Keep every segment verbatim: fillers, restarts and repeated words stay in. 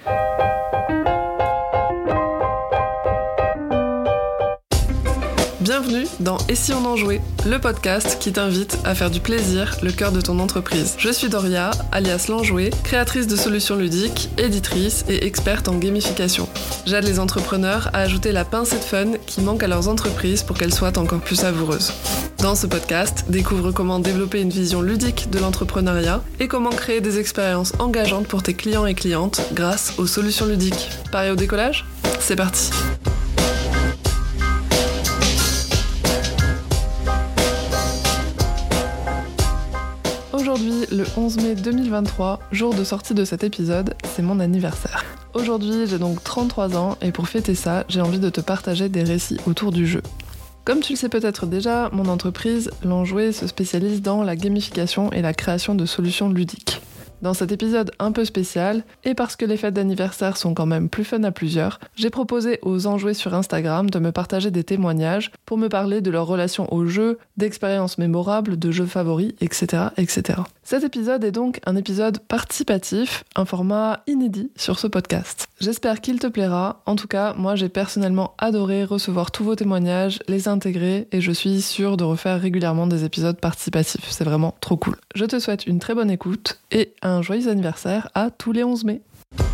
Bienvenue dans Et si on en jouait, le podcast qui t'invite à faire du plaisir le cœur de ton entreprise. Je suis Doria, alias l'Enjouée, créatrice de solutions ludiques, éditrice et experte en gamification. J'aide les entrepreneurs à ajouter la pincée de fun qui manque à leurs entreprises pour qu'elles soient encore plus savoureuses. Dans ce podcast, découvre comment développer une vision ludique de l'entrepreneuriat et comment créer des expériences engageantes pour tes clients et clientes grâce aux solutions ludiques. Pareil au décollage ? C'est parti. Aujourd'hui, le onze mai deux mille vingt-trois, jour de sortie de cet épisode, c'est mon anniversaire. Aujourd'hui, j'ai donc trente-trois ans et pour fêter ça, j'ai envie de te partager des récits autour du jeu. Comme tu le sais peut-être déjà, mon entreprise, l'Enjouée, se spécialise dans la gamification et la création de solutions ludiques. Dans cet épisode un peu spécial, et parce que les fêtes d'anniversaire sont quand même plus fun à plusieurs, j'ai proposé aux enjoués sur Instagram de me partager des témoignages pour me parler de leur relation au jeu, d'expériences mémorables, de jeux favoris, et cetera, et cetera. Cet épisode est donc un épisode participatif, un format inédit sur ce podcast. J'espère qu'il te plaira. En tout cas, moi j'ai personnellement adoré recevoir tous vos témoignages, les intégrer, et je suis sûre de refaire régulièrement des épisodes participatifs. C'est vraiment trop cool. Je te souhaite une très bonne écoute et un joyeux anniversaire à tous les onze mai.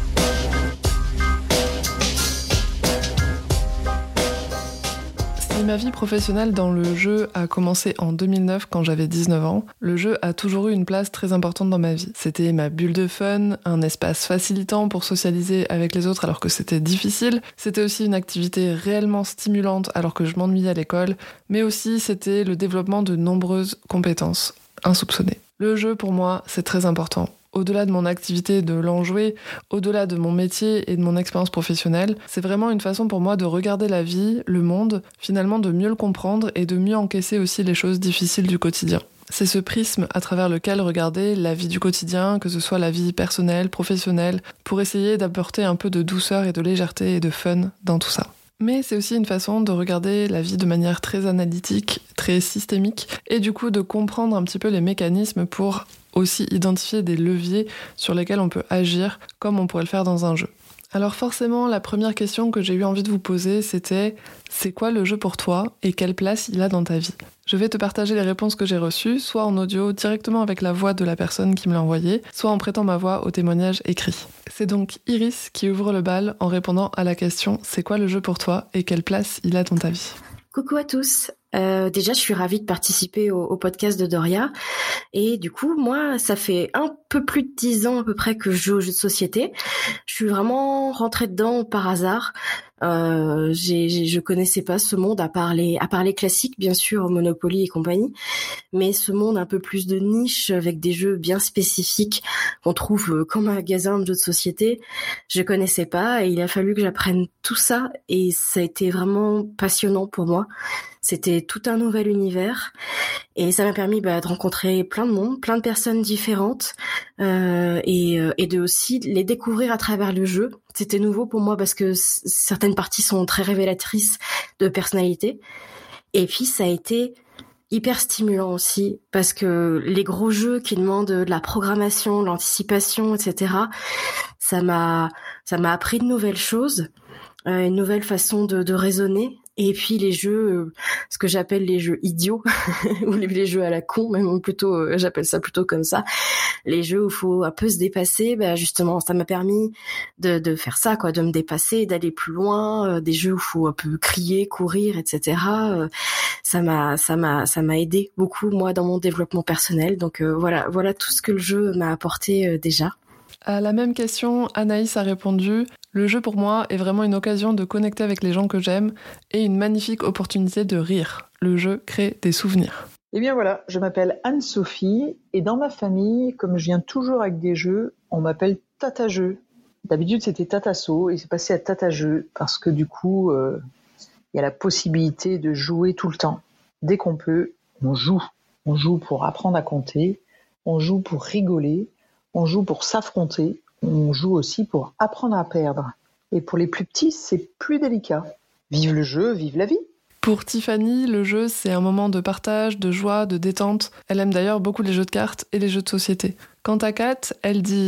Si ma vie professionnelle dans le jeu a commencé en deux mille neuf quand j'avais dix-neuf ans, le jeu a toujours eu une place très importante dans ma vie. C'était ma bulle de fun, un espace facilitant pour socialiser avec les autres alors que c'était difficile. C'était aussi une activité réellement stimulante alors que je m'ennuyais à l'école, mais aussi c'était le développement de nombreuses compétences insoupçonnées. Le jeu pour moi, c'est très important. Au-delà de mon activité de l'enjouée, au-delà de mon métier et de mon expérience professionnelle, c'est vraiment une façon pour moi de regarder la vie, le monde, finalement de mieux le comprendre et de mieux encaisser aussi les choses difficiles du quotidien. C'est ce prisme à travers lequel regarder la vie du quotidien, que ce soit la vie personnelle, professionnelle, pour essayer d'apporter un peu de douceur et de légèreté et de fun dans tout ça. Mais c'est aussi une façon de regarder la vie de manière très analytique, très systémique, et du coup de comprendre un petit peu les mécanismes pour aussi identifier des leviers sur lesquels on peut agir comme on pourrait le faire dans un jeu. Alors forcément, la première question que j'ai eu envie de vous poser, c'était « C'est quoi le jeu pour toi et quelle place il a dans ta vie ?» Je vais te partager les réponses que j'ai reçues, soit en audio directement avec la voix de la personne qui me l'a envoyé, soit en prêtant ma voix au témoignage écrit. C'est donc Iris qui ouvre le bal en répondant à la question « C'est quoi le jeu pour toi et quelle place il a dans ta vie ?» Coucou à tous. Euh, déjà, je suis ravie de participer au, au podcast de Doria. Et du coup, moi, ça fait un peu plus de dix ans à peu près que je joue aux jeux de société. Je suis vraiment rentrée dedans par hasard. Euh, j'ai, j'ai, je connaissais pas ce monde à part les, à part les classiques, bien sûr, Monopoly et compagnie. Mais ce monde un peu plus de niche avec des jeux bien spécifiques qu'on trouve qu'en magasin de jeux de société, je connaissais pas et il a fallu que j'apprenne tout ça et ça a été vraiment passionnant pour moi. C'était tout un nouvel univers et ça m'a permis bah, de rencontrer plein de monde, plein de personnes différentes euh, et, et de aussi les découvrir à travers le jeu. C'était nouveau pour moi parce que c- certaines parties sont très révélatrices de personnalité. Et puis ça a été hyper stimulant aussi parce que les gros jeux qui demandent de la programmation, de l'anticipation, et cetera, ça m'a ça m'a appris de nouvelles choses, euh, une nouvelle façon de, de raisonner. Et puis les jeux, euh, ce que j'appelle les jeux idiots, ou les, les jeux à la con, même plutôt, euh, j'appelle ça plutôt comme ça. Les jeux où il faut un peu se dépasser, bah justement, ça m'a permis de, de faire ça, quoi, de me dépasser, d'aller plus loin. Euh, des jeux où il faut un peu crier, courir, et cetera. Euh, ça m'a, ça m'a, ça m'a aidé beaucoup moi dans mon développement personnel. Donc euh, voilà, voilà tout ce que le jeu m'a apporté euh, déjà. À la même question, Anaïs a répondu « Le jeu pour moi est vraiment une occasion de connecter avec les gens que j'aime et une magnifique opportunité de rire. Le jeu crée des souvenirs. » Eh bien voilà, je m'appelle Anne-Sophie et dans ma famille, comme je viens toujours avec des jeux, on m'appelle Tata Jeu. D'habitude c'était Tatasso et c'est passé à Tata Jeu parce que du coup, euh, il y a la possibilité de jouer tout le temps. Dès qu'on peut, on joue. On joue pour apprendre à compter, on joue pour rigoler, on joue pour s'affronter, on joue aussi pour apprendre à perdre. Et pour les plus petits, c'est plus délicat. Vive le jeu, vive la vie. Pour Tiffany, le jeu, c'est un moment de partage, de joie, de détente. Elle aime d'ailleurs beaucoup les jeux de cartes et les jeux de société. Quant à Kat, elle dit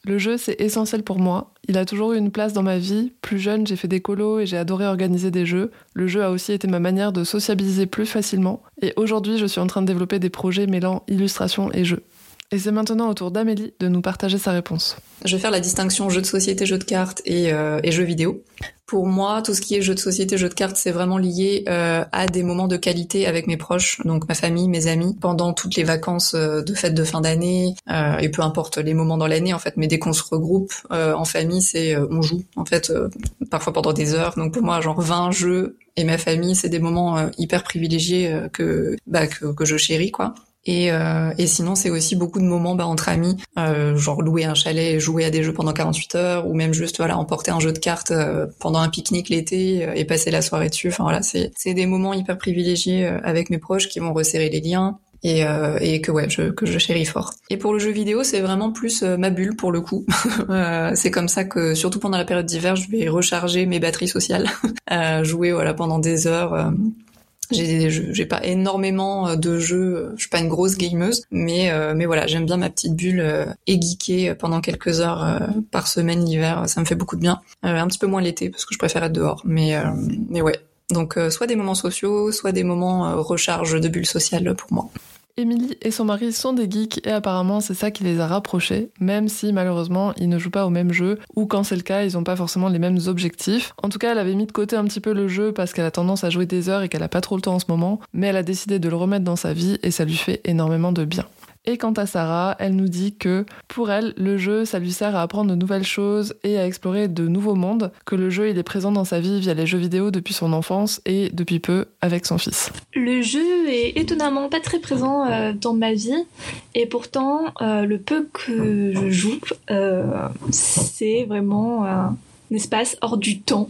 Le jeu, c'est essentiel pour moi. Il a toujours eu une place dans ma vie. Plus jeune, j'ai fait des colos et j'ai adoré organiser des jeux. Le jeu a aussi été ma manière de sociabiliser plus facilement. Et aujourd'hui, je suis en train de développer des projets mêlant illustration et jeux. Et c'est maintenant au tour d'Amélie de nous partager sa réponse. Je vais faire la distinction jeux de société, jeux de cartes et, euh, et jeux vidéo. Pour moi, tout ce qui est jeux de société, jeux de cartes, c'est vraiment lié euh, à des moments de qualité avec mes proches, donc ma famille, mes amis, pendant toutes les vacances euh, de fête de fin d'année, euh, et peu importe les moments dans l'année, en fait. Mais dès qu'on se regroupe euh, en famille, c'est euh, on joue, en fait, euh, parfois pendant des heures. Donc pour moi, genre vingt jeux et ma famille, c'est des moments euh, hyper privilégiés euh, que bah que, que je chéris, quoi. Et, euh, et sinon, c'est aussi beaucoup de moments bah, entre amis, euh, genre louer un chalet et jouer à des jeux pendant quarante-huit heures, ou même juste voilà emporter un jeu de cartes euh, pendant un pique-nique l'été euh, et passer la soirée dessus. Enfin voilà, c'est c'est des moments hyper privilégiés euh, avec mes proches qui vont resserrer les liens et, euh, et que ouais, je, que je chéris fort. Et pour le jeu vidéo, c'est vraiment plus euh, ma bulle pour le coup. euh, c'est comme ça que, surtout pendant la période d'hiver, je vais recharger mes batteries sociales, euh, jouer voilà pendant des heures. Euh, J'ai des jeux, j'ai pas énormément de jeux, je suis pas une grosse gameuse, mais euh, mais voilà, j'aime bien ma petite bulle euh, et geeker pendant quelques heures euh, par semaine l'hiver, ça me fait beaucoup de bien. Euh, un petit peu moins l'été parce que je préfère être dehors, mais euh, mais ouais. Donc euh, soit des moments sociaux, soit des moments euh, recharge de bulle sociale pour moi. Émilie et son mari sont des geeks et apparemment c'est ça qui les a rapprochés, même si malheureusement ils ne jouent pas au même jeu ou quand c'est le cas ils n'ont pas forcément les mêmes objectifs. En tout cas elle avait mis de côté un petit peu le jeu parce qu'elle a tendance à jouer des heures et qu'elle a pas trop le temps en ce moment, mais elle a décidé de le remettre dans sa vie et ça lui fait énormément de bien. Et quant à Sarah, elle nous dit que pour elle, le jeu, ça lui sert à apprendre de nouvelles choses et à explorer de nouveaux mondes, que le jeu, il est présent dans sa vie via les jeux vidéo depuis son enfance et depuis peu avec son fils. Le jeu est étonnamment pas très présent euh, dans ma vie et pourtant, euh, le peu que je joue, euh, c'est vraiment... Euh... un espace hors du temps,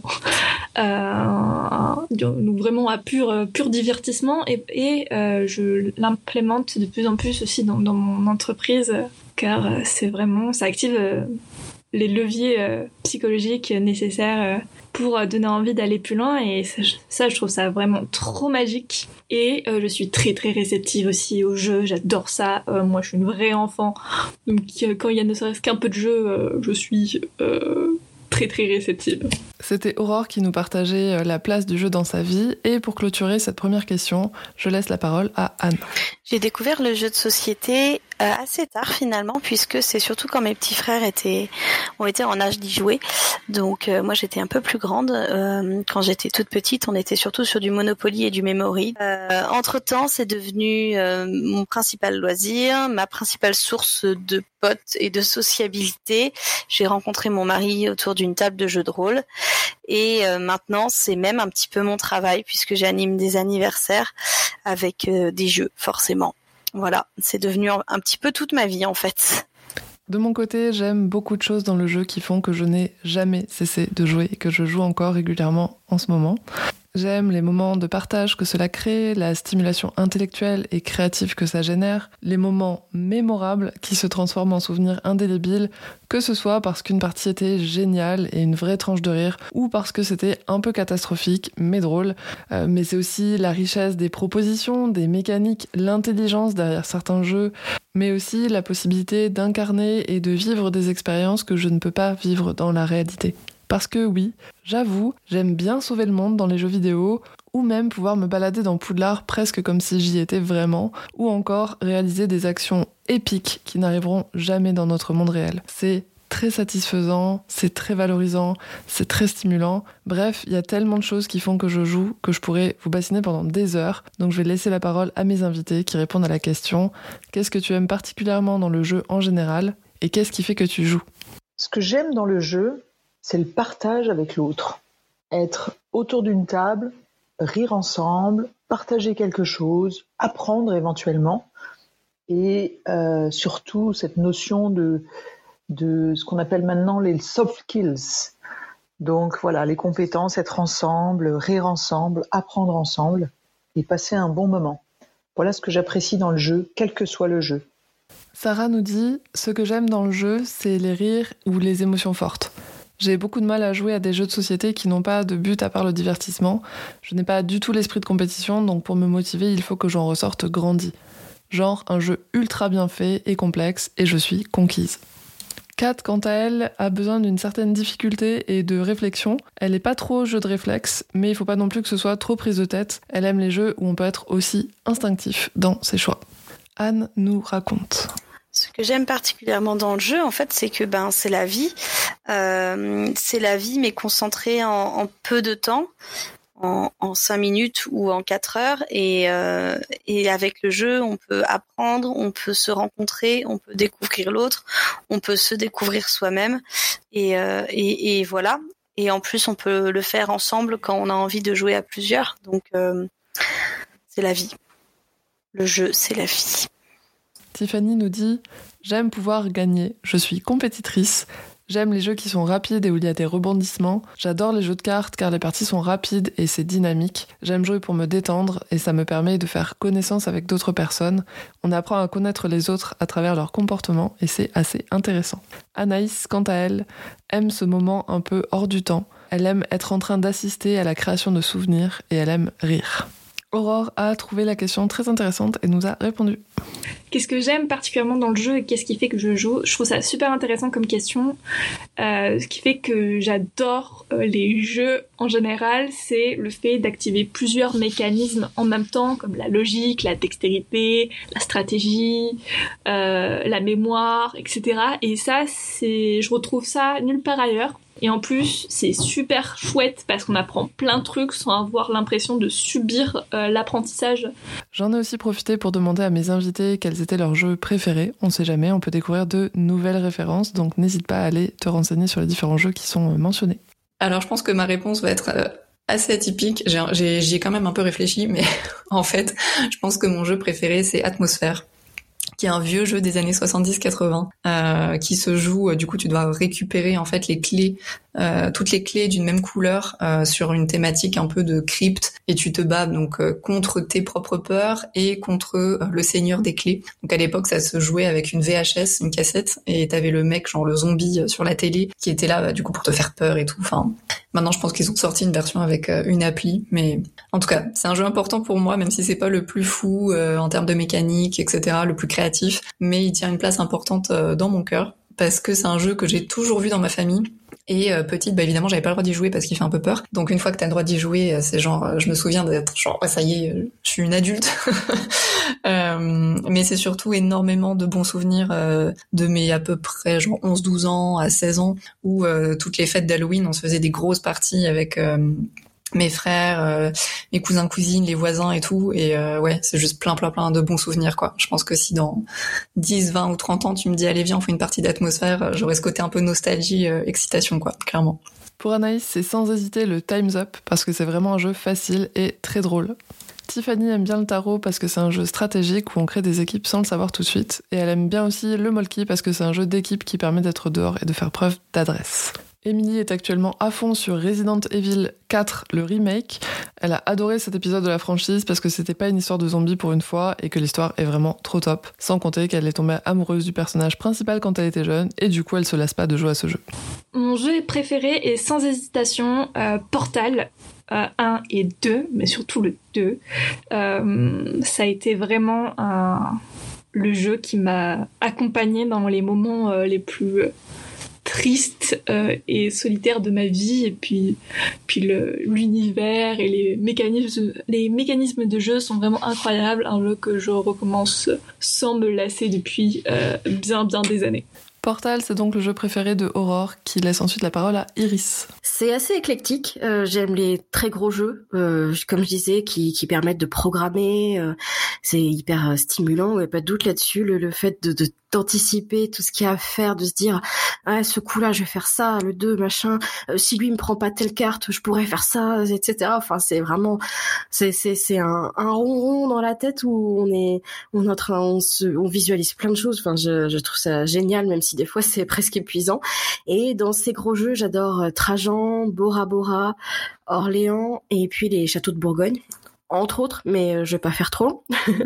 euh, donc vraiment à pur, pur divertissement et, et euh, je l'implémente de plus en plus aussi dans, dans mon entreprise car c'est vraiment, ça active euh, les leviers euh, psychologiques nécessaires euh, pour donner envie d'aller plus loin et ça, ça je trouve ça vraiment trop magique et euh, je suis très très réceptive aussi aux jeux, j'adore ça, euh, moi je suis une vraie enfant donc euh, quand il y a ne serait-ce qu'un peu de jeu euh, je suis euh, très très réceptive. C'était Aurore qui nous partageait la place du jeu dans sa vie et pour clôturer cette première question, je laisse la parole à Anne. J'ai découvert le jeu de société euh, assez tard finalement puisque c'est surtout quand mes petits frères étaient ont été en âge d'y jouer. Donc euh, moi j'étais un peu plus grande. Euh, quand j'étais toute petite, on était surtout sur du Monopoly et du Memory. Euh, entre-temps, c'est devenu euh, mon principal loisir, ma principale source de potes et de sociabilité. J'ai rencontré mon mari autour d'une table de jeux de rôle et euh, maintenant c'est même un petit peu mon travail puisque j'anime des anniversaires avec euh, des jeux forcément. Voilà, c'est devenu un petit peu toute ma vie en fait. De mon côté, j'aime beaucoup de choses dans le jeu qui font que je n'ai jamais cessé de jouer et que je joue encore régulièrement en ce moment. J'aime les moments de partage que cela crée, la stimulation intellectuelle et créative que ça génère, les moments mémorables qui se transforment en souvenirs indélébiles, que ce soit parce qu'une partie était géniale et une vraie tranche de rire, ou parce que c'était un peu catastrophique, mais drôle. Euh, mais c'est aussi la richesse des propositions, des mécaniques, l'intelligence derrière certains jeux, mais aussi la possibilité d'incarner et de vivre des expériences que je ne peux pas vivre dans la réalité. Parce que oui, j'avoue, j'aime bien sauver le monde dans les jeux vidéo, ou même pouvoir me balader dans Poudlard presque comme si j'y étais vraiment, ou encore réaliser des actions épiques qui n'arriveront jamais dans notre monde réel. C'est très satisfaisant, c'est très valorisant, c'est très stimulant. Bref, il y a tellement de choses qui font que je joue que je pourrais vous bassiner pendant des heures. Donc je vais laisser la parole à mes invités qui répondent à la question « Qu'est-ce que tu aimes particulièrement dans le jeu en général et qu'est-ce qui fait que tu joues ?» Ce que j'aime dans le jeu, c'est le partage avec l'autre. Être autour d'une table, rire ensemble, partager quelque chose, apprendre éventuellement. Et euh, surtout, cette notion de, de ce qu'on appelle maintenant les soft skills. Donc voilà, les compétences, être ensemble, rire ensemble, apprendre ensemble et passer un bon moment. Voilà ce que j'apprécie dans le jeu, quel que soit le jeu. Sarah nous dit « Ce que j'aime dans le jeu, c'est les rires ou les émotions fortes. » J'ai beaucoup de mal à jouer à des jeux de société qui n'ont pas de but à part le divertissement. Je n'ai pas du tout l'esprit de compétition, donc pour me motiver, il faut que j'en ressorte grandi. Genre un jeu ultra bien fait et complexe, et je suis conquise. Kat, quant à elle, a besoin d'une certaine difficulté et de réflexion. Elle est pas trop jeu de réflexe, mais il faut pas non plus que ce soit trop prise de tête. Elle aime les jeux où on peut être aussi instinctif dans ses choix. Anne nous raconte. Ce que j'aime particulièrement dans le jeu, en fait, c'est que ben c'est la vie, euh, c'est la vie mais concentrée en, en peu de temps, en, en cinq minutes ou en quatre heures, et euh, et avec le jeu, on peut apprendre, on peut se rencontrer, on peut découvrir l'autre, on peut se découvrir soi-même, et euh, et, et voilà. Et en plus, on peut le faire ensemble quand on a envie de jouer à plusieurs. Donc, euh, c'est la vie. Le jeu, c'est la vie. Tiffany nous dit « J'aime pouvoir gagner, je suis compétitrice, j'aime les jeux qui sont rapides et où il y a des rebondissements, j'adore les jeux de cartes car les parties sont rapides et c'est dynamique, j'aime jouer pour me détendre et ça me permet de faire connaissance avec d'autres personnes, on apprend à connaître les autres à travers leur comportement et c'est assez intéressant. » Anaïs, quant à elle, aime ce moment un peu hors du temps, elle aime être en train d'assister à la création de souvenirs et elle aime rire. Aurore a trouvé la question très intéressante et nous a répondu. Qu'est-ce que j'aime particulièrement dans le jeu et qu'est-ce qui fait que je joue ? Je trouve ça super intéressant comme question. Euh, ce qui fait que j'adore euh, les jeux en général, c'est le fait d'activer plusieurs mécanismes en même temps, comme la logique, la dextérité, la stratégie, euh, la mémoire, et cetera. Et ça, c'est, je retrouve ça nulle part ailleurs. Et en plus, c'est super chouette parce qu'on apprend plein de trucs sans avoir l'impression de subir euh, l'apprentissage. J'en ai aussi profité pour demander à mes invités quels étaient leurs jeux préférés. On sait jamais, on peut découvrir de nouvelles références, donc n'hésite pas à aller te renseigner sur les différents jeux qui sont mentionnés. Alors je pense que ma réponse va être euh, assez atypique. J'ai, j'ai, j'y ai quand même un peu réfléchi, mais en fait, je pense que mon jeu préféré, c'est Atmosphère, qui est un vieux jeu des années soixante-dix quatre-vingts, euh, qui se joue, euh, du coup tu dois récupérer en fait les clés, euh, toutes les clés d'une même couleur euh, sur une thématique un peu de crypte, et tu te bats donc euh, contre tes propres peurs et contre euh, le seigneur des clés. Donc à l'époque ça se jouait avec une V H S, une cassette, et t'avais le mec genre le zombie sur la télé qui était là bah, du coup pour te faire peur et tout. Enfin, maintenant je pense qu'ils ont sorti une version avec euh, une appli, mais en tout cas c'est un jeu important pour moi, même si c'est pas le plus fou euh, en termes de mécanique, et cetera, le plus créatif, mais il tient une place importante euh, dans mon cœur parce que c'est un jeu que j'ai toujours vu dans ma famille. Et euh, petite, bah évidemment, j'avais pas le droit d'y jouer parce qu'il fait un peu peur. Donc une fois que t'as le droit d'y jouer, c'est genre, euh, je me souviens d'être genre, ouais, ça y est, euh, je suis une adulte. euh, mais c'est surtout énormément de bons souvenirs euh, de mes à peu près genre onze douze ans à seize ans, où euh, toutes les fêtes d'Halloween, on se faisait des grosses parties avec euh, mes frères, euh, mes cousins, cousines, les voisins et tout, et euh, ouais, c'est juste plein plein plein de bons souvenirs quoi. Je pense que si dans dix, vingt ou trente ans tu me dis allez viens on fait une partie d'Atmosphère, j'aurais ce côté un peu nostalgie, euh, excitation quoi, clairement. Pour Anaïs, c'est sans hésiter le Time's Up parce que c'est vraiment un jeu facile et très drôle. Tiffany aime bien le tarot parce que c'est un jeu stratégique où on crée des équipes sans le savoir tout de suite, et elle aime bien aussi le Molki parce que c'est un jeu d'équipe qui permet d'être dehors et de faire preuve d'adresse. Émilie est actuellement à fond sur Resident Evil quatre, le remake. Elle a adoré cet épisode de la franchise parce que c'était pas une histoire de zombies pour une fois et que l'histoire est vraiment trop top. Sans compter qu'elle est tombée amoureuse du personnage principal quand elle était jeune et du coup elle se lasse pas de jouer à ce jeu. Mon jeu préféré est sans hésitation euh, Portal. Euh, un et deux, mais surtout le deux. Euh, ça a été vraiment un... le jeu qui m'a accompagnée dans les moments euh, les plus... Euh, triste euh, et solitaire de ma vie, et puis puis le, l'univers et les mécanismes les mécanismes de jeu sont vraiment incroyables, un jeu que je recommence sans me lasser depuis euh, bien bien des années. Portal, c'est donc le jeu préféré de Aurore, qui laisse ensuite la parole à Iris. C'est assez éclectique. Euh, j'aime les très gros jeux, euh, comme je disais, qui, qui permettent de programmer. Euh, c'est hyper stimulant, il n'y a pas de doute là-dessus. Le, le fait de, de d'anticiper tout ce qu'il y a à faire, de se dire ah ce coup-là je vais faire ça, le deux machin. Euh, si lui me prend pas telle carte, je pourrais faire ça, et cetera. Enfin c'est vraiment c'est c'est c'est un, un ronron dans la tête où on est on est en train on se on visualise plein de choses. Enfin je je trouve ça génial, même si des fois c'est presque épuisant. Et dans ces gros jeux, j'adore Trajan, Bora Bora, Orléans et puis les châteaux de Bourgogne, entre autres, mais je vais pas faire trop.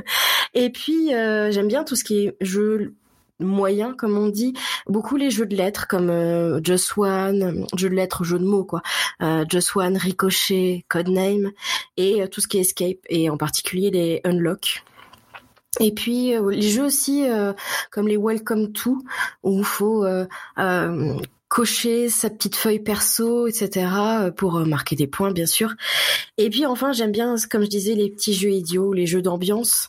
Et puis euh, j'aime bien tout ce qui est jeu moyen, comme on dit, beaucoup les jeux de lettres comme euh, Just One, jeux de lettres, jeux de mots quoi, euh, Just One, Ricochet, Codename, et euh, tout ce qui est escape, et en particulier les Unlock. Et puis euh, les jeux aussi euh, comme les Welcome To où il faut euh, euh, cocher sa petite feuille perso, et cetera pour marquer des points bien sûr. Et puis enfin j'aime bien, comme je disais, les petits jeux idiots, les jeux d'ambiance.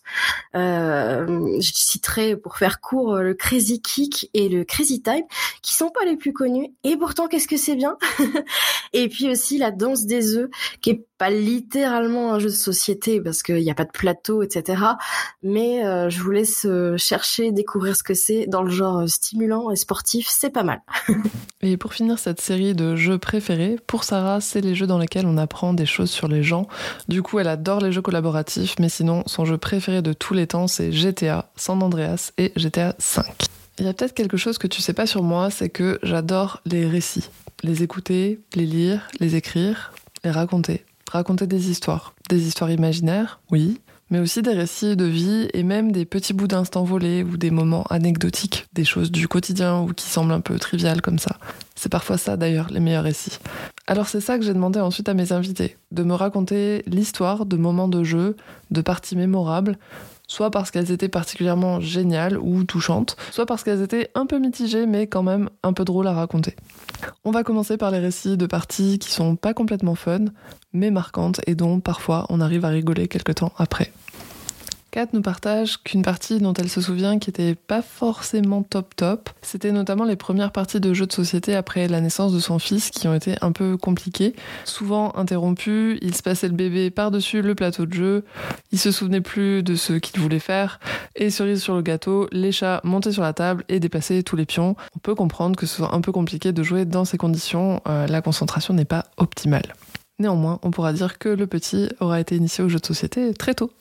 Euh, je citerai pour faire court le Crazy Kick et le Crazy Time qui sont pas les plus connus et pourtant qu'est-ce que c'est bien. Et puis aussi la danse des œufs qui est pas littéralement un jeu de société parce qu'il y a pas de plateau, et cetera. Mais euh, je vous laisse chercher, découvrir ce que c'est dans le genre stimulant et sportif, c'est pas mal. Et pour finir cette série de jeux préférés, pour Sarah, c'est les jeux dans lesquels on apprend des choses sur les gens. Du coup, elle adore les jeux collaboratifs, mais sinon, son jeu préféré de tous les temps, c'est G T A, San Andreas et G T A cinq. Il y a peut-être quelque chose que tu sais pas sur moi, c'est que j'adore les récits. Les écouter, les lire, les écrire, les raconter. Raconter des histoires. Des histoires imaginaires, oui, mais aussi des récits de vie et même des petits bouts d'instants volés ou des moments anecdotiques, des choses du quotidien ou qui semblent un peu triviales comme ça. C'est parfois ça d'ailleurs, les meilleurs récits. Alors c'est ça que j'ai demandé ensuite à mes invités, de me raconter l'histoire de moments de jeu, de parties mémorables, soit parce qu'elles étaient particulièrement géniales ou touchantes, soit parce qu'elles étaient un peu mitigées mais quand même un peu drôles à raconter. On va commencer par les récits de parties qui sont pas complètement fun, mais marquantes et dont parfois on arrive à rigoler quelque temps après. Kat nous partage qu'une partie dont elle se souvient qui était pas forcément top top, c'était notamment les premières parties de jeux de société après la naissance de son fils qui ont été un peu compliquées, souvent interrompues, il se passait le bébé par-dessus le plateau de jeu, il se souvenait plus de ce qu'il voulait faire, et cerise sur le gâteau, les chats montaient sur la table et dépassaient tous les pions. On peut comprendre que ce soit un peu compliqué de jouer dans ces conditions, euh, la concentration n'est pas optimale. Néanmoins, on pourra dire que le petit aura été initié aux jeux de société très tôt.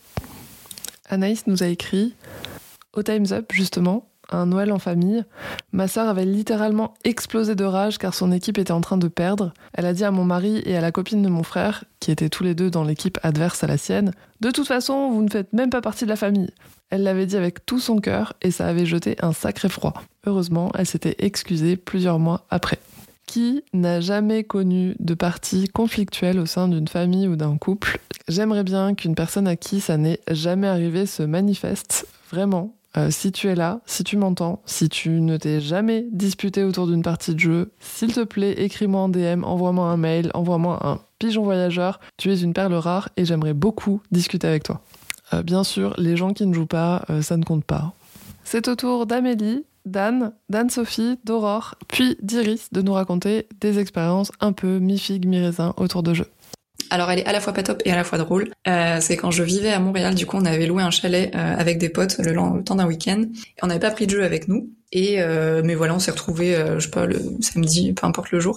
Anaïs nous a écrit « Au Time's Up, justement, un Noël en famille, ma sœur avait littéralement explosé de rage car son équipe était en train de perdre. Elle a dit à mon mari et à la copine de mon frère, qui étaient tous les deux dans l'équipe adverse à la sienne, « De toute façon, vous ne faites même pas partie de la famille !» Elle l'avait dit avec tout son cœur et ça avait jeté un sacré froid. Heureusement, elle s'était excusée plusieurs mois après. Qui n'a jamais connu de partie conflictuelle au sein d'une famille ou d'un couple ? J'aimerais bien qu'une personne à qui ça n'est jamais arrivé se manifeste. Vraiment, euh, si tu es là, si tu m'entends, si tu ne t'es jamais disputé autour d'une partie de jeu, s'il te plaît, écris-moi en D M, envoie-moi un mail, envoie-moi un pigeon voyageur. Tu es une perle rare et j'aimerais beaucoup discuter avec toi. Euh, bien sûr, les gens qui ne jouent pas, euh, ça ne compte pas. C'est au tour d'Amélie, d'Anne, d'Anne-Sophie, d'Aurore, puis d'Iris de nous raconter des expériences un peu mi-figue, mi-raisin autour de jeux. Alors elle est à la fois pas top et à la fois drôle. Euh, c'est quand je vivais à Montréal, du coup on avait loué un chalet euh, avec des potes le, le temps d'un week-end. On n'avait pas pris de jeu avec nous. Et euh, mais voilà, on s'est retrouvés, euh, je sais pas, le samedi, peu importe le jour,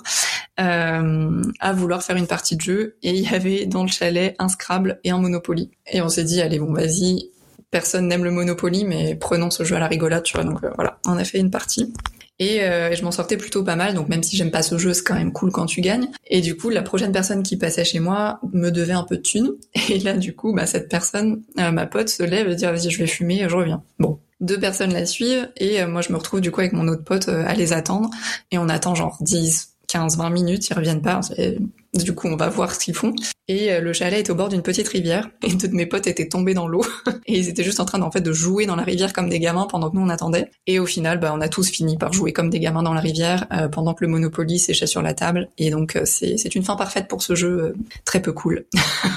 euh, à vouloir faire une partie de jeu. Et il y avait dans le chalet un Scrabble et un Monopoly. Et on s'est dit, allez bon, vas-y. Personne n'aime le Monopoly, mais prenons ce jeu à la rigolade, tu vois. Donc euh, voilà, on a fait une partie. Et, euh, et je m'en sortais plutôt pas mal, donc même si j'aime pas ce jeu, c'est quand même cool quand tu gagnes. Et du coup, la prochaine personne qui passait chez moi me devait un peu de thunes. Et là, du coup, bah cette personne, euh, ma pote, se lève et dit « Vas-y, je vais fumer, je reviens ». Bon, deux personnes la suivent, et euh, moi je me retrouve du coup avec mon autre pote euh, à les attendre. Et on attend genre dix, quinze, vingt minutes, ils reviennent pas. Et, du coup, on va voir ce qu'ils font. Et euh, le chalet est au bord d'une petite rivière. Et deux de mes potes étaient tombés dans l'eau. Et ils étaient juste en train en fait de jouer dans la rivière comme des gamins pendant que nous on attendait. Et au final, bah on a tous fini par jouer comme des gamins dans la rivière euh, pendant que le Monopoly séchait sur la table. Et donc euh, c'est c'est une fin parfaite pour ce jeu euh, très peu cool.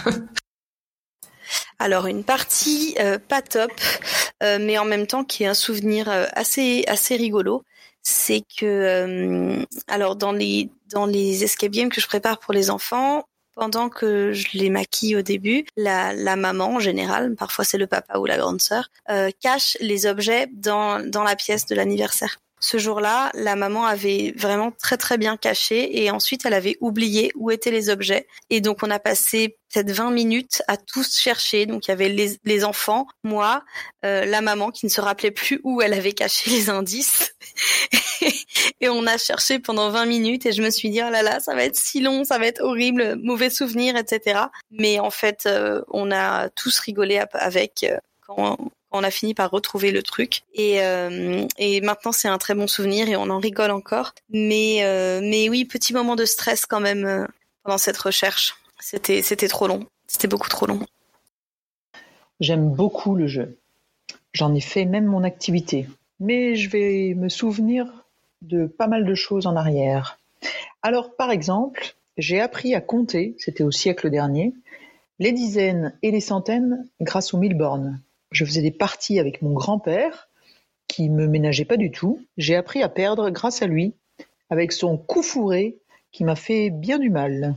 Alors une partie euh, pas top, euh, mais en même temps qui est un souvenir euh, assez assez rigolo. C'est que euh, alors dans les dans les escape games que je prépare pour les enfants, pendant que je les maquille au début, la la maman en général, parfois c'est le papa ou la grande sœur, euh, cache les objets dans dans la pièce de l'anniversaire. Ce jour-là, la maman avait vraiment très très bien caché et ensuite elle avait oublié où étaient les objets. Et donc on a passé peut-être vingt minutes à tous chercher. Donc il y avait les, les enfants, moi, euh, la maman qui ne se rappelait plus où elle avait caché les indices. Et on a cherché pendant vingt minutes et je me suis dit oh là là, ça va être si long, ça va être horrible, mauvais souvenirs, et cetera. Mais en fait, euh, on a tous rigolé avec euh, quand on a fini par retrouver le truc et euh, et maintenant c'est un très bon souvenir et on en rigole encore. Mais euh, mais oui, petit moment de stress quand même euh, pendant cette recherche. C'était c'était trop long. C'était beaucoup trop long. J'aime beaucoup le jeu. J'en ai fait même mon activité. Mais je vais me souvenir de pas mal de choses en arrière. Alors, par exemple, j'ai appris à compter, c'était au siècle dernier, les dizaines et les centaines grâce aux mille bornes. Je faisais des parties avec mon grand-père, qui me ménageait pas du tout. J'ai appris à perdre grâce à lui, avec son coup fourré qui m'a fait bien du mal.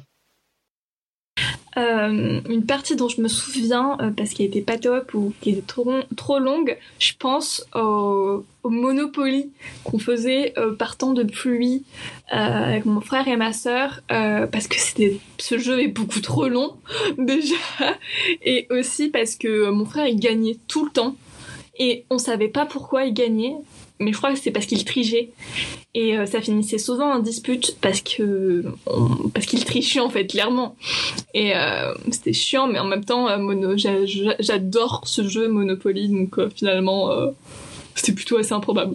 Euh, une partie dont je me souviens euh, parce qu'elle était pas top ou qui était trop, trop longue, je pense au, au Monopoly qu'on faisait euh, par temps de pluie euh, avec mon frère et ma sœur euh, parce que c'était, ce jeu est beaucoup trop long déjà, et aussi parce que mon frère il gagnait tout le temps et on savait pas pourquoi il gagnait, mais je crois que c'est parce qu'il trichait. Et euh, ça finissait souvent en dispute parce que on, parce qu'il trichait en fait, clairement. Et euh, c'était chiant, mais en même temps, euh, mono, j'a, j'adore ce jeu Monopoly, donc euh, finalement, euh, c'était plutôt assez improbable.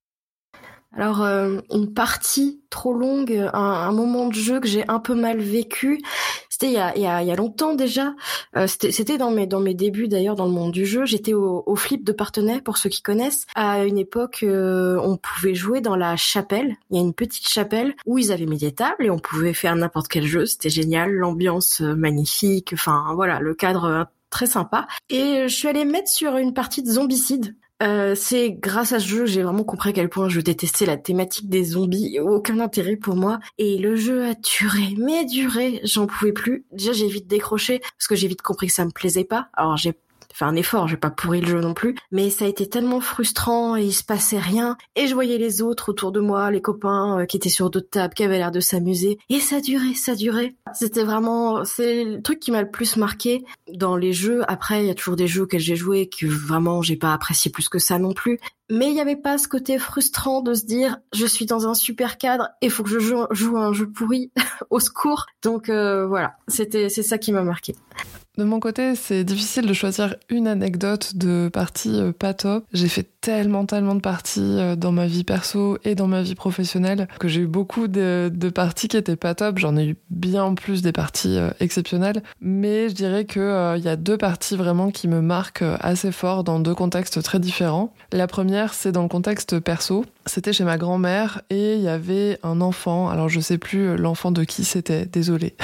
Alors, euh, une partie trop longue, un, un moment de jeu que j'ai un peu mal vécu, c'était il y a, il y a, il y a longtemps déjà. Euh, c'était, c'était dans mes, dans mes débuts d'ailleurs dans le monde du jeu. J'étais au, au Flip de Parthenay, pour ceux qui connaissent. À une époque, euh, on pouvait jouer dans la chapelle. Il y a une petite chapelle où ils avaient mis des tables et on pouvait faire n'importe quel jeu. C'était génial, l'ambiance euh, magnifique. Enfin, voilà, le cadre euh, très sympa. Et je suis allée me mettre sur une partie de Zombicide. Euh, c'est grâce à ce jeu que j'ai vraiment compris à quel point je détestais la thématique des zombies, aucun intérêt pour moi, et le jeu a duré, mais duré, j'en pouvais plus. Déjà j'ai vite décroché parce que j'ai vite compris que ça me plaisait pas. Alors j'ai fait un effort, j'ai pas pourri le jeu non plus, mais ça a été tellement frustrant et il se passait rien, et je voyais les autres autour de moi, les copains euh, qui étaient sur d'autres tables, qui avaient l'air de s'amuser, et ça durait, ça durait. C'était vraiment, c'est le truc qui m'a le plus marqué dans les jeux. Après, il y a toujours des jeux auxquels j'ai joué que vraiment j'ai pas apprécié plus que ça non plus, mais il y avait pas ce côté frustrant de se dire je suis dans un super cadre et faut que je joue, joue à un jeu pourri, au secours. Donc euh, voilà, c'était c'est ça qui m'a marqué. De mon côté, c'est difficile de choisir une anecdote de partie euh, pas top. J'ai fait tellement, tellement de parties euh, dans ma vie perso et dans ma vie professionnelle que j'ai eu beaucoup de, de parties qui étaient pas top. J'en ai eu bien plus des parties euh, exceptionnelles. Mais je dirais qu'il euh, y a deux parties vraiment qui me marquent euh, assez fort dans deux contextes très différents. La première, c'est dans le contexte perso. C'était chez ma grand-mère et il y avait un enfant. Alors je sais plus l'enfant de qui c'était, désolée.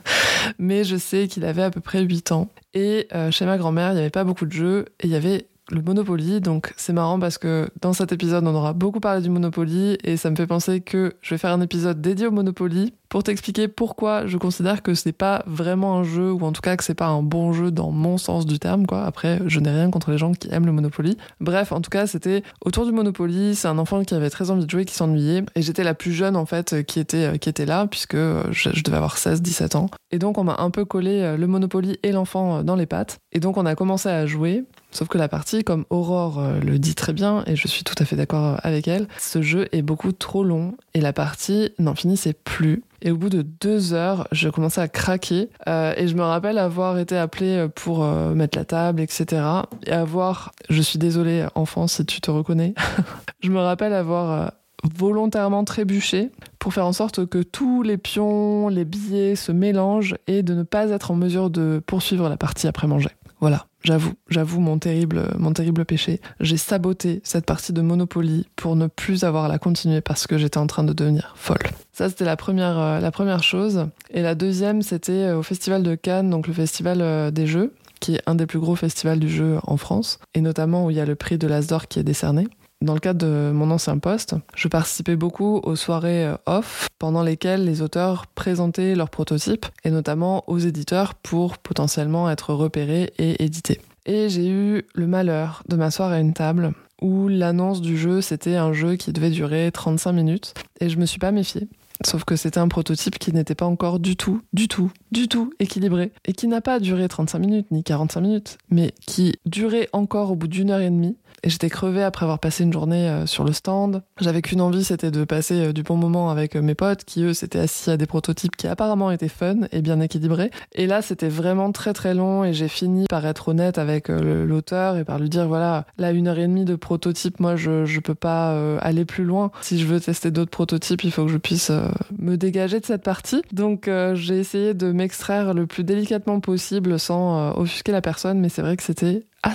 Mais je sais qu'il avait à peu près huit ans. Et euh, chez ma grand-mère, il n'y avait pas beaucoup de jeux et il y avait le Monopoly. Donc c'est marrant parce que dans cet épisode, on aura beaucoup parlé du Monopoly et ça me fait penser que je vais faire un épisode dédié au Monopoly pour t'expliquer pourquoi je considère que c'est pas vraiment un jeu, ou en tout cas que c'est pas un bon jeu dans mon sens du terme, quoi. Après, je n'ai rien contre les gens qui aiment le Monopoly. Bref, en tout cas, c'était autour du Monopoly. C'est un enfant qui avait très envie de jouer, qui s'ennuyait. Et j'étais la plus jeune, en fait, qui était, qui était là, puisque je, je devais avoir seize dix-sept ans. Et donc, on m'a un peu collé le Monopoly et l'enfant dans les pattes. Et donc, on a commencé à jouer. Sauf que la partie, comme Aurore le dit très bien, et je suis tout à fait d'accord avec elle, ce jeu est beaucoup trop long et la partie n'en finissait plus. Et au bout de deux heures, je commençais à craquer. Euh, et je me rappelle avoir été appelée pour euh, mettre la table, et cetera. Et avoir, je suis désolée, enfant, si tu te reconnais, je me rappelle avoir euh, volontairement trébuché pour faire en sorte que tous les pions, les billets se mélangent et de ne pas être en mesure de poursuivre la partie après manger. Voilà, j'avoue, j'avoue mon terrible, mon terrible péché. J'ai saboté cette partie de Monopoly pour ne plus avoir à la continuer parce que j'étais en train de devenir folle. Ça, c'était la première, euh, la première chose. Et la deuxième, c'était au Festival de Cannes, donc le Festival euh, des Jeux, qui est un des plus gros festivals du jeu en France, et notamment où il y a le prix de l'As d'Or qui est décerné. Dans le cadre de mon ancien poste, je participais beaucoup aux soirées off pendant lesquelles les auteurs présentaient leurs prototypes et notamment aux éditeurs pour potentiellement être repérés et édités. Et j'ai eu le malheur de m'asseoir à une table où l'annonce du jeu, c'était un jeu qui devait durer trente-cinq minutes et je me suis pas méfiée. Sauf que c'était un prototype qui n'était pas encore du tout, du tout, du tout équilibré et qui n'a pas duré trente-cinq minutes ni quarante-cinq minutes, mais qui durait encore au bout d'une heure et demie. Et j'étais crevée après avoir passé une journée euh, sur le stand. J'avais qu'une envie, c'était de passer euh, du bon moment avec euh, mes potes qui, eux, s'étaient assis à des prototypes qui apparemment étaient fun et bien équilibrés. Et là, c'était vraiment très très long et j'ai fini par être honnête avec euh, l'auteur et par lui dire, voilà, là, une heure et demie de prototype, moi, je, je peux pas euh, aller plus loin. Si je veux tester d'autres prototypes, il faut que je puisse euh, me dégager de cette partie. Donc, euh, j'ai essayé de m'extraire le plus délicatement possible sans euh, offusquer la personne, mais c'est vrai que c'était assez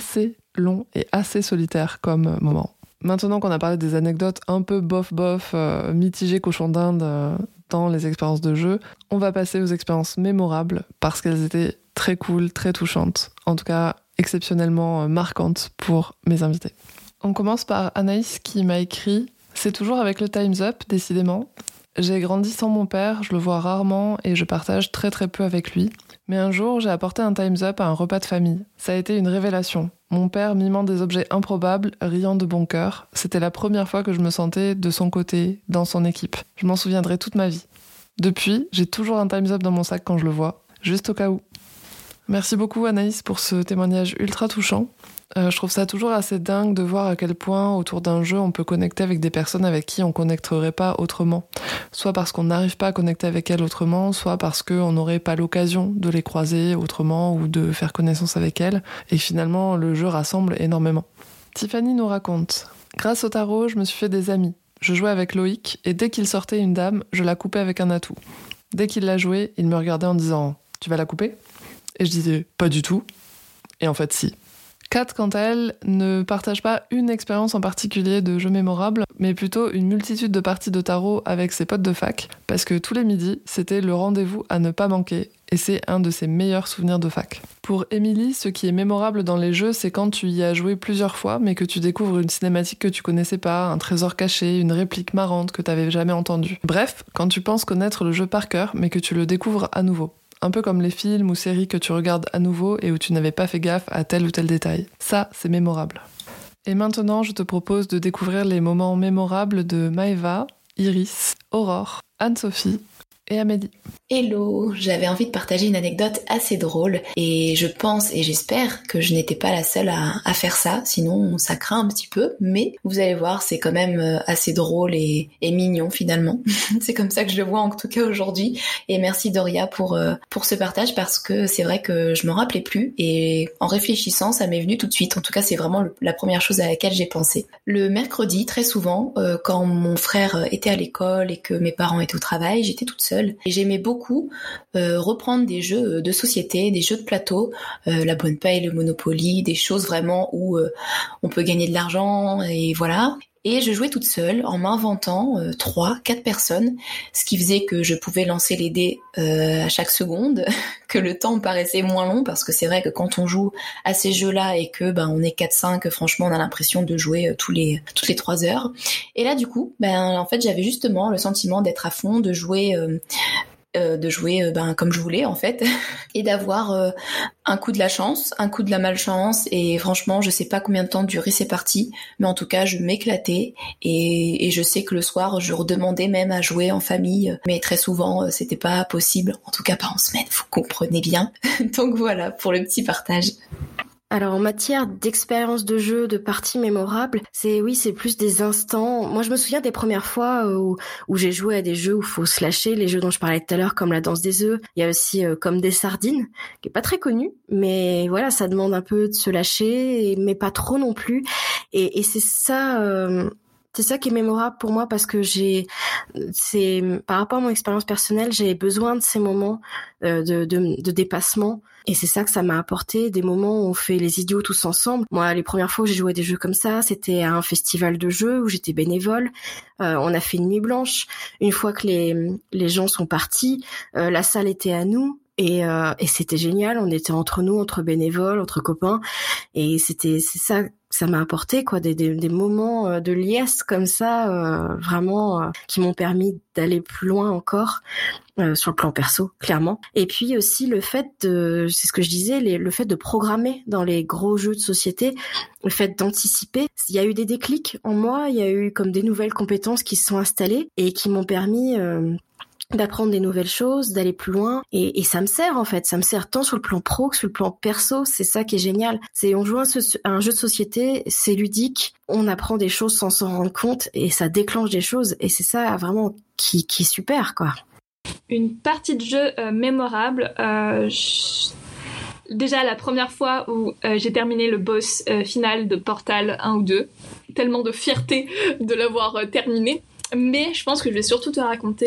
long et assez solitaire comme moment. Maintenant qu'on a parlé des anecdotes un peu bof-bof, euh, mitigées cochon d'Inde euh, dans les expériences de jeu, on va passer aux expériences mémorables parce qu'elles étaient très cool, très touchantes, en tout cas exceptionnellement marquantes pour mes invités. On commence par Anaïs qui m'a écrit « C'est toujours avec le Time's Up, décidément. J'ai grandi sans mon père, je le vois rarement et je partage très très peu avec lui. Mais un jour, j'ai apporté un Time's Up à un repas de famille. Ça a été une révélation. Mon père mimant des objets improbables, riant de bon cœur. C'était la première fois que je me sentais de son côté, dans son équipe. Je m'en souviendrai toute ma vie. Depuis, j'ai toujours un Time's Up dans mon sac quand je le vois, juste au cas où. » Merci beaucoup Anaïs pour ce témoignage ultra touchant. Euh, je trouve ça toujours assez dingue de voir à quel point autour d'un jeu on peut connecter avec des personnes avec qui on connecterait pas autrement. Soit parce qu'on n'arrive pas à connecter avec elles autrement, soit parce qu'on n'aurait pas l'occasion de les croiser autrement ou de faire connaissance avec elles. Et finalement, le jeu rassemble énormément. Tiffany nous raconte « Grâce au tarot, je me suis fait des amis. Je jouais avec Loïc et dès qu'il sortait une dame, je la coupais avec un atout. Dès qu'il la jouait, il me regardait en disant « Tu vas la couper ?» Et je disais « Pas du tout. » Et en fait, si. Kat, quant à elle, ne partage pas une expérience en particulier de jeu mémorable, mais plutôt une multitude de parties de tarot avec ses potes de fac, parce que tous les midis, c'était le rendez-vous à ne pas manquer, et c'est un de ses meilleurs souvenirs de fac. Pour Émilie, ce qui est mémorable dans les jeux, c'est quand tu y as joué plusieurs fois, mais que tu découvres une cinématique que tu connaissais pas, un trésor caché, une réplique marrante que t'avais jamais entendue. Bref, quand tu penses connaître le jeu par cœur, mais que tu le découvres à nouveau. Un peu comme les films ou séries que tu regardes à nouveau et où tu n'avais pas fait gaffe à tel ou tel détail. Ça, c'est mémorable. Et maintenant, je te propose de découvrir les moments mémorables de Maëva, Iris, Aurore, Anne-Sophie et Amélie. Hello, j'avais envie de partager une anecdote assez drôle et je pense et j'espère que je n'étais pas la seule à, à faire ça, sinon ça craint un petit peu, mais vous allez voir, c'est quand même assez drôle et, et mignon finalement. C'est comme ça que je le vois en tout cas aujourd'hui et merci Doria pour, pour ce partage parce que c'est vrai que je m'en rappelais plus et en réfléchissant ça m'est venu tout de suite, en tout cas c'est vraiment le, la première chose à laquelle j'ai pensé. Le mercredi, très souvent, euh, quand mon frère était à l'école et que mes parents étaient au travail, j'étais toute seule et j'aimais beaucoup euh, reprendre des jeux de société, des jeux de plateau, euh, la bonne paye, le Monopoly, des choses vraiment où euh, on peut gagner de l'argent et voilà. Et je jouais toute seule en m'inventant euh, trois, quatre personnes, ce qui faisait que je pouvais lancer les dés euh, à chaque seconde, que le temps me paraissait moins long parce que c'est vrai que quand on joue à ces jeux-là et que ben on est quatre cinq, franchement on a l'impression de jouer euh, tous les toutes les trois heures. Et là du coup, ben en fait j'avais justement le sentiment d'être à fond, de jouer. Euh, Euh, de jouer euh, ben comme je voulais en fait et d'avoir euh, un coup de la chance, un coup de la malchance et franchement je sais pas combien de temps durait ces parties mais en tout cas je m'éclatais et, et je sais que le soir je redemandais même à jouer en famille mais très souvent euh, c'était pas possible, en tout cas pas en semaine, vous comprenez bien. Donc voilà pour le petit partage. Alors en matière d'expérience de jeu, de parties mémorables, c'est oui, c'est plus des instants. Moi, je me souviens des premières fois où, où j'ai joué à des jeux où faut se lâcher, les jeux dont je parlais tout à l'heure, comme la danse des œufs. Il y a aussi euh, comme des sardines, qui est pas très connu, mais voilà, ça demande un peu de se lâcher, mais pas trop non plus. Et, et c'est ça. Euh, C'est ça qui est mémorable pour moi parce que j'ai, c'est par rapport à mon expérience personnelle, j'ai besoin de ces moments euh, de, de, de dépassement et c'est ça que ça m'a apporté, des moments où on fait les idiots tous ensemble. Moi, les premières fois où j'ai joué à des jeux comme ça, c'était à un festival de jeux où j'étais bénévole. Euh, on a fait une nuit blanche. Une fois que les les gens sont partis, euh, la salle était à nous. Et, euh, et c'était génial, on était entre nous, entre bénévoles, entre copains, et c'était c'est ça ça m'a apporté quoi, des, des, des moments de liesse comme ça, euh, vraiment euh, qui m'ont permis d'aller plus loin encore euh, sur le plan perso, clairement. Et puis aussi le fait de, c'est ce que je disais, les, le fait de programmer dans les gros jeux de société, le fait d'anticiper. Il y a eu des déclics en moi, il y a eu comme des nouvelles compétences qui se sont installées et qui m'ont permis euh, d'apprendre des nouvelles choses, d'aller plus loin, et, et ça me sert en fait, ça me sert tant sur le plan pro que sur le plan perso, c'est ça qui est génial. C'est on joue à un, un jeu de société, c'est ludique, on apprend des choses sans s'en rendre compte, et ça déclenche des choses, et c'est ça vraiment qui, qui est super quoi. Une partie de jeu euh, mémorable, euh, je... déjà la première fois où euh, j'ai terminé le boss euh, final de Portal un ou deux, tellement de fierté de l'avoir euh, terminé. Mais je pense que je vais surtout te raconter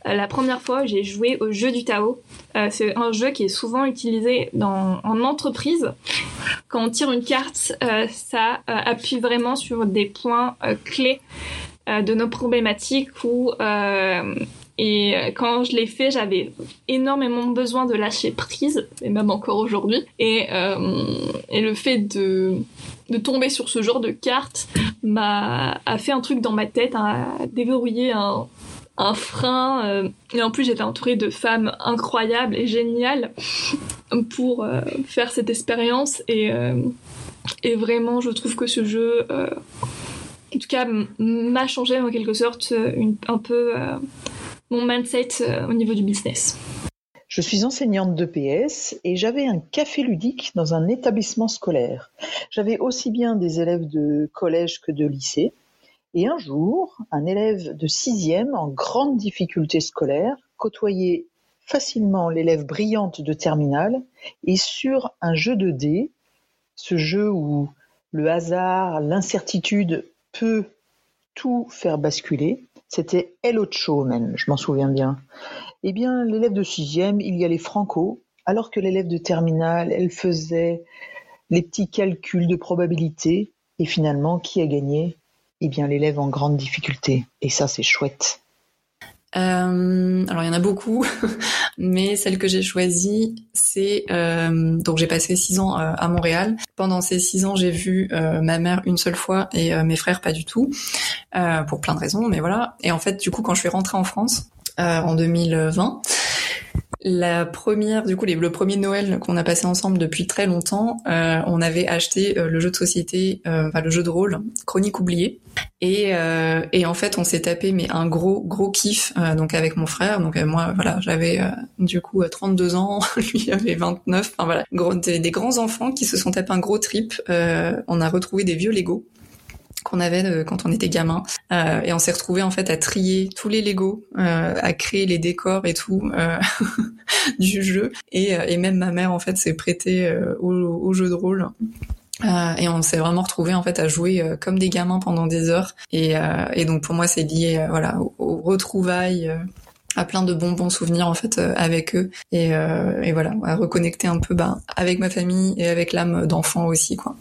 euh, la première fois j'ai joué au jeu du Tao. Euh, c'est un jeu qui est souvent utilisé dans, en entreprise. Quand on tire une carte, euh, ça euh, appuie vraiment sur des points euh, clés euh, de nos problématiques ou... Euh, Et quand je l'ai fait, j'avais énormément besoin de lâcher prise, et même encore aujourd'hui. Et, euh, et le fait de, de tomber sur ce genre de carte m'a a fait un truc dans ma tête, a déverrouillé un, un frein. Euh, et en plus, j'étais entourée de femmes incroyables et géniales pour euh, faire cette expérience. Et, euh, et vraiment, je trouve que ce jeu, euh, en tout cas, m'a changé en quelque sorte une, un peu... Euh, mon mindset euh, au niveau du business. Je suis enseignante d'E P S et j'avais un café ludique dans un établissement scolaire. J'avais aussi bien des élèves de collège que de lycée. Et un jour, un élève de sixième en grande difficulté scolaire côtoyait facilement l'élève brillante de terminale et sur un jeu de dés, ce jeu où le hasard, l'incertitude peut tout faire basculer, c'était El Ocho même, je m'en souviens bien. Eh bien, l'élève de sixième, il y allait franco, alors que l'élève de terminale, elle faisait les petits calculs de probabilité. Et finalement, qui a gagné ? Eh bien, l'élève en grande difficulté. Et ça, c'est chouette. Euh, alors il y en a beaucoup, mais celle que j'ai choisie, c'est euh, donc j'ai passé six ans euh, à Montréal. Pendant ces six ans, j'ai vu euh, ma mère une seule fois et euh, mes frères pas du tout, euh, pour plein de raisons, mais voilà. Et en fait, du coup, quand je suis rentrée en France euh, en deux mille vingt, la première, du coup, les, le premier Noël qu'on a passé ensemble depuis très longtemps, euh, on avait acheté euh, le jeu de société, euh, enfin le jeu de rôle, Chronique oubliée. Et, euh, et en fait, on s'est tapé mais un gros gros kiff euh, donc avec mon frère. Donc euh, moi, voilà, j'avais euh, du coup trente-deux ans, lui avait vingt-neuf. Enfin voilà, gros, des, des grands enfants qui se sont tapés un gros trip. Euh, on a retrouvé des vieux Lego qu'on avait de, quand on était gamin, euh, et on s'est retrouvés en fait à trier tous les Lego, euh, à créer les décors et tout euh, du jeu, et, et même ma mère en fait s'est prêtée euh, au, au jeu de rôle. Euh, et on s'est vraiment retrouvés en fait à jouer euh, comme des gamins pendant des heures, et, euh, et donc pour moi c'est lié euh, voilà aux, aux retrouvailles, euh, à plein de bons bons souvenirs en fait euh, avec eux, et, euh, et voilà, à reconnecter un peu bah, avec ma famille et avec l'âme d'enfant aussi quoi.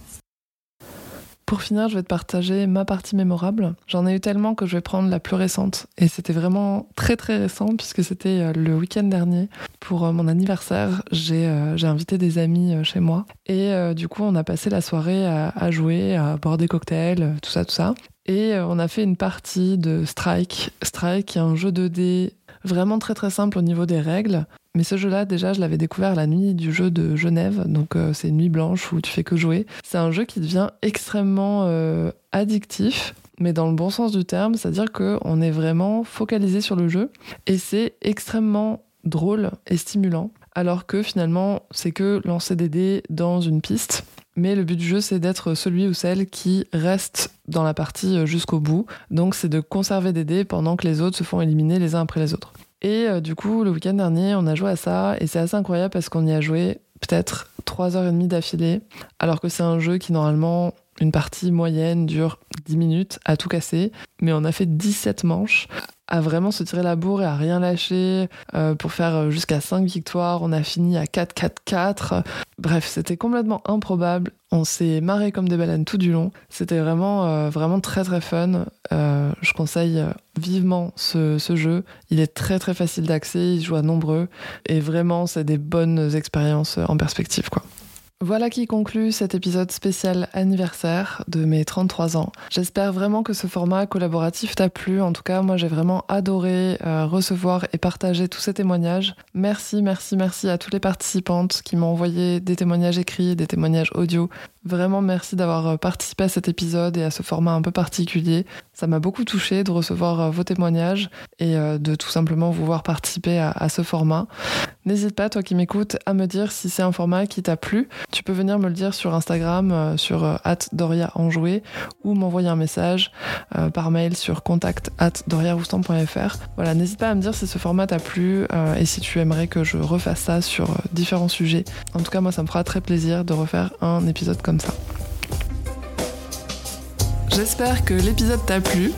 Pour finir, je vais te partager ma partie mémorable. J'en ai eu tellement que je vais prendre la plus récente. Et c'était vraiment très très récent puisque c'était le week-end dernier. Pour mon anniversaire, j'ai, euh, j'ai invité des amis chez moi. Et euh, du coup, on a passé la soirée à, à jouer, à boire des cocktails, tout ça, tout ça. Et euh, on a fait une partie de Strike. Strike, qui est un jeu deux D vraiment très très simple au niveau des règles. Mais ce jeu-là, déjà, je l'avais découvert la nuit du jeu de Genève, donc euh, c'est une nuit blanche où tu fais que jouer. C'est un jeu qui devient extrêmement euh, addictif, mais dans le bon sens du terme, c'est-à-dire qu'on est vraiment focalisé sur le jeu, et c'est extrêmement drôle et stimulant, alors que finalement, c'est que lancer des dés dans une piste. Mais le but du jeu, c'est d'être celui ou celle qui reste dans la partie jusqu'au bout, donc c'est de conserver des dés pendant que les autres se font éliminer les uns après les autres. Et euh, du coup, le week-end dernier, on a joué à ça, et c'est assez incroyable parce qu'on y a joué peut-être trois heures trente d'affilée, alors que c'est un jeu qui, normalement, une partie moyenne dure dix minutes à tout casser, mais on a fait dix-sept manches à vraiment se tirer la bourre et à rien lâcher euh, pour faire jusqu'à cinq victoires. On a fini à quatre quatre quatre. Bref, c'était complètement improbable. On s'est marré comme des baleines tout du long. C'était vraiment, euh, vraiment très très fun. Euh, je conseille vivement ce, ce jeu. Il est très très facile d'accès, il se joue à nombreux. Et vraiment, c'est des bonnes expériences en perspective, quoi. Voilà qui conclut cet épisode spécial anniversaire de mes trente-trois ans. J'espère vraiment que ce format collaboratif t'a plu. En tout cas, moi j'ai vraiment adoré euh, recevoir et partager tous ces témoignages. Merci, merci, merci à toutes les participantes qui m'ont envoyé des témoignages écrits, des témoignages audio. Vraiment merci d'avoir participé à cet épisode et à ce format un peu particulier. Ça m'a beaucoup touchée de recevoir vos témoignages et de tout simplement vous voir participer à, à ce format. N'hésite pas, toi qui m'écoutes, à me dire si c'est un format qui t'a plu. Tu peux venir me le dire sur Instagram, sur arobase doria enjoué, ou m'envoyer un message euh, par mail sur contact arobase doria roustan point f r. Voilà, n'hésite pas à me dire si ce format t'a plu euh, et si tu aimerais que je refasse ça sur euh, différents sujets. En tout cas, moi, ça me fera très plaisir de refaire un épisode comme ça. J'espère que l'épisode t'a plu.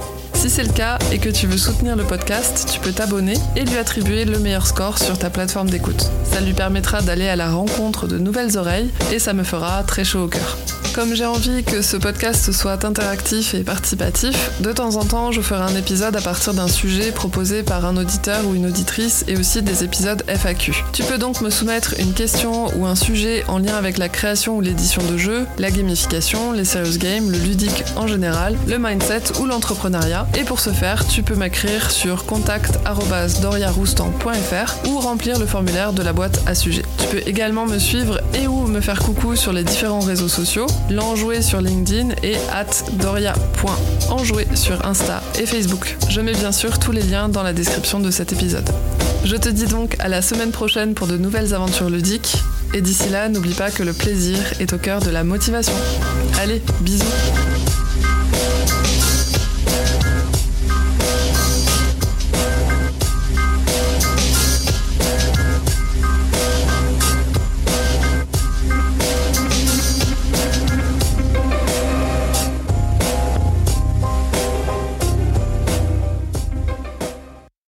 Si c'est le cas et que tu veux soutenir le podcast, tu peux t'abonner et lui attribuer le meilleur score sur ta plateforme d'écoute. Ça lui permettra d'aller à la rencontre de nouvelles oreilles et ça me fera très chaud au cœur. Comme j'ai envie que ce podcast soit interactif et participatif, de temps en temps je ferai un épisode à partir d'un sujet proposé par un auditeur ou une auditrice et aussi des épisodes F A Q. Tu peux donc me soumettre une question ou un sujet en lien avec la création ou l'édition de jeux, la gamification, les serious games, le ludique en général, le mindset ou l'entrepreneuriat. Et pour ce faire, tu peux m'écrire sur contact arobase doria roustan point f r ou remplir le formulaire de la boîte à sujet. Tu peux également me suivre et ou me faire coucou sur les différents réseaux sociaux, l'Enjoué sur LinkedIn et at doria point enjoué sur Insta et Facebook. Je mets bien sûr tous les liens dans la description de cet épisode. Je te dis donc à la semaine prochaine pour de nouvelles aventures ludiques. Et d'ici là, n'oublie pas que le plaisir est au cœur de la motivation. Allez, bisous!